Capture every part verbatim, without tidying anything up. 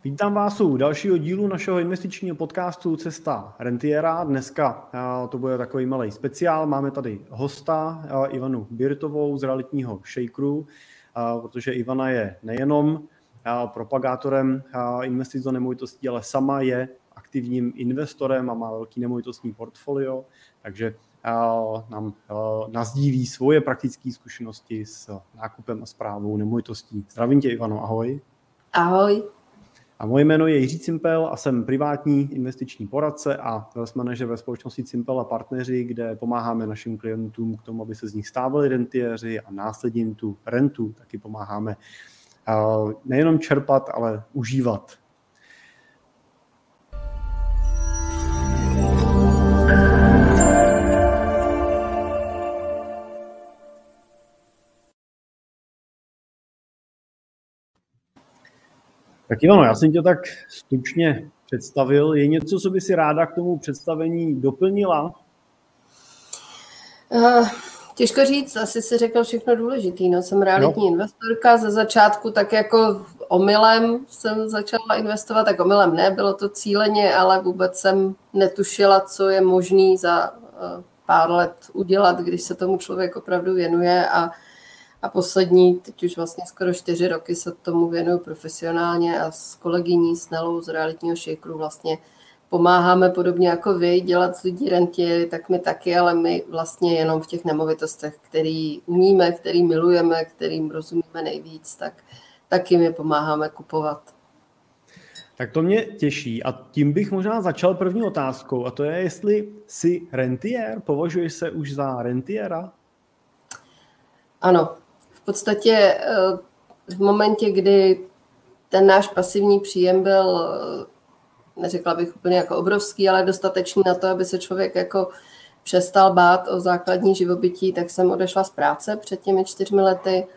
Vítám vás u dalšího dílu našeho investičního podcastu Cesta rentiera. Dneska to bude takový malý speciál. Máme tady hosta Ivanu Birtovou z realitního Shakeru, protože Ivana je nejenom propagátorem investic do nemovitostí, ale sama je aktivním investorem a má velký nemovitostní portfolio, takže nám nasdílí svoje praktické zkušenosti s nákupem a správou nemovitostí. Zdravím tě, Ivano, ahoj. Ahoj. A moje jméno je Jiří Cimpel a jsem privátní investiční poradce a wealth manager ve společnosti Cimpel a partneři, kde pomáháme našim klientům k tomu, aby se z nich stávali rentiéři a následně jim tu rentu taky pomáháme nejenom čerpat, ale užívat. Tak Ivano, já jsem tě tak stručně představil. Je něco, co by si ráda k tomu představení doplnila? Uh, těžko říct, asi si řekl všechno důležitý. No, jsem realitní no. investorka. Ze začátku tak jako omylem jsem začala investovat, tak omylem ne, bylo to cíleně, ale vůbec jsem netušila, co je možný za uh, pár let udělat, když se tomu člověk opravdu věnuje a A poslední, teď už vlastně skoro čtyři roky se tomu věnuju profesionálně a s kolegyní, s Nelou z realitního Shakeru vlastně pomáháme podobně jako vy dělat z lidí rentiéry, tak my taky, ale my vlastně jenom v těch nemovitostech, který umíme, který milujeme, kterým rozumíme nejvíc, tak taky my pomáháme kupovat. Tak to mě těší a tím bych možná začal první otázkou a to je, jestli jsi rentiér, považuješ se už za rentiéra? Ano. V podstatě v momentě, kdy ten náš pasivní příjem byl, neřekla bych úplně jako obrovský, ale dostatečný na to, aby se člověk jako přestal bát o základní živobytí, tak jsem odešla z práce před těmi čtyřmi lety.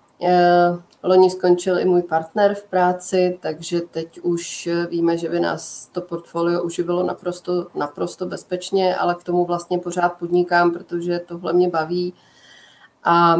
Loni skončil i můj partner v práci, takže teď už víme, že by nás to portfolio uživilo naprosto, naprosto bezpečně, ale k tomu vlastně pořád podnikám, protože tohle mě baví. A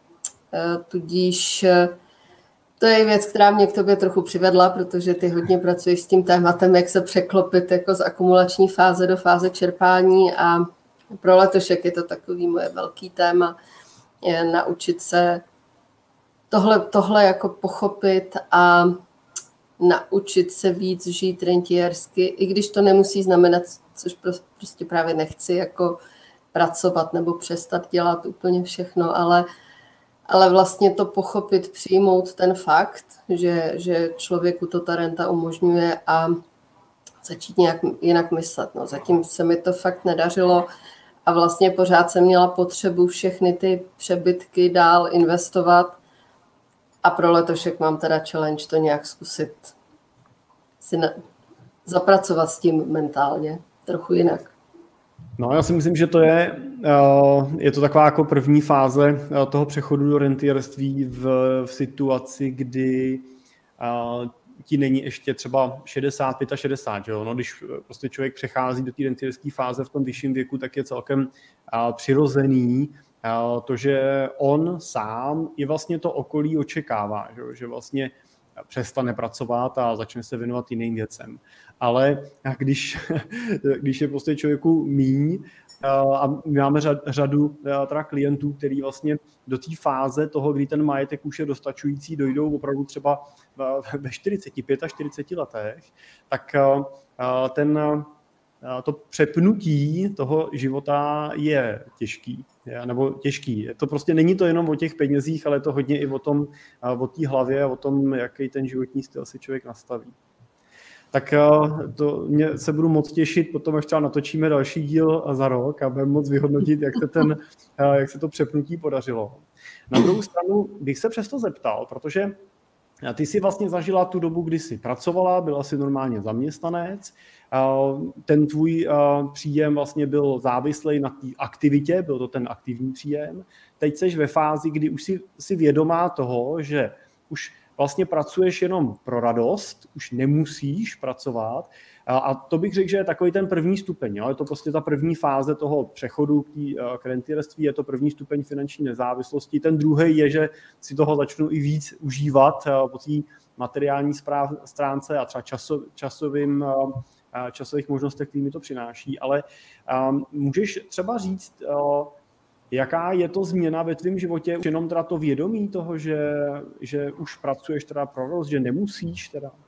tudíž to je věc, která mě k tobě trochu přivedla, protože ty hodně pracuješ s tím tématem, jak se překlopit jako z akumulační fáze do fáze čerpání a pro letošek je to takový moje velký téma, je naučit se tohle, tohle jako pochopit a naučit se víc žít rentiérsky, i když to nemusí znamenat, což prostě právě nechci, jako pracovat nebo přestat dělat úplně všechno, ale ale vlastně to pochopit, přijmout ten fakt, že, že člověku to ta renta umožňuje a začít nějak jinak myslet. No, zatím se mi to fakt nedařilo a vlastně pořád jsem měla potřebu všechny ty přebytky dál investovat a pro letošek mám teda challenge to nějak zkusit si na, zapracovat s tím mentálně trochu jinak. No, já si myslím, že to je, je to taková jako první fáze toho přechodu do rentiérství v, v situaci, kdy ti není ještě třeba šedesát, šedesát pět, že jo? No, když prostě člověk přechází do té rentiérské fáze v tom vyšším věku, tak je celkem přirozený to, že on sám i vlastně to okolí očekává, že, že vlastně přestane pracovat a začne se věnovat jiným věcem. Ale když, když je prostě člověku míň a máme řadu teda klientů, který vlastně do té fáze toho, kdy ten majetek už je dostačující, dojdou opravdu třeba ve čtyřiceti, čtyřiceti pěti letech, tak ten, to přepnutí toho života je těžký. Nebo těžký. To prostě není to jenom o těch penězích, ale je to hodně i o tom, o té hlavě, o tom, jaký ten životní styl si člověk nastaví. Tak to mě se budu moc těšit, potom až třeba natočíme další díl za rok a budeme moc vyhodnotit, jak se, ten, jak se to přepnutí podařilo. Na druhou stranu bych se přesto zeptal, protože ty jsi vlastně zažila tu dobu, kdy jsi pracovala, byla jsi normálně zaměstnanec, ten tvůj příjem vlastně byl závislý na té aktivitě, byl to ten aktivní příjem. Teď jsi ve fázi, kdy už jsi, jsi vědomá toho, že už vlastně pracuješ jenom pro radost, už nemusíš pracovat, A to bych řekl, že je takový ten první stupeň. Jo? Je to prostě ta první fáze toho přechodu k rentierství, je to první stupeň finanční nezávislosti. Ten druhý je, že si toho začnu i víc užívat po té materiální stránce a třeba časo, časovým, časových možnostech, který mi to přináší. Ale můžeš třeba říct, jaká je to změna ve tvém životě? Jenom teda to vědomí toho, že, že už pracuješ teda pro rost, že nemusíš teda?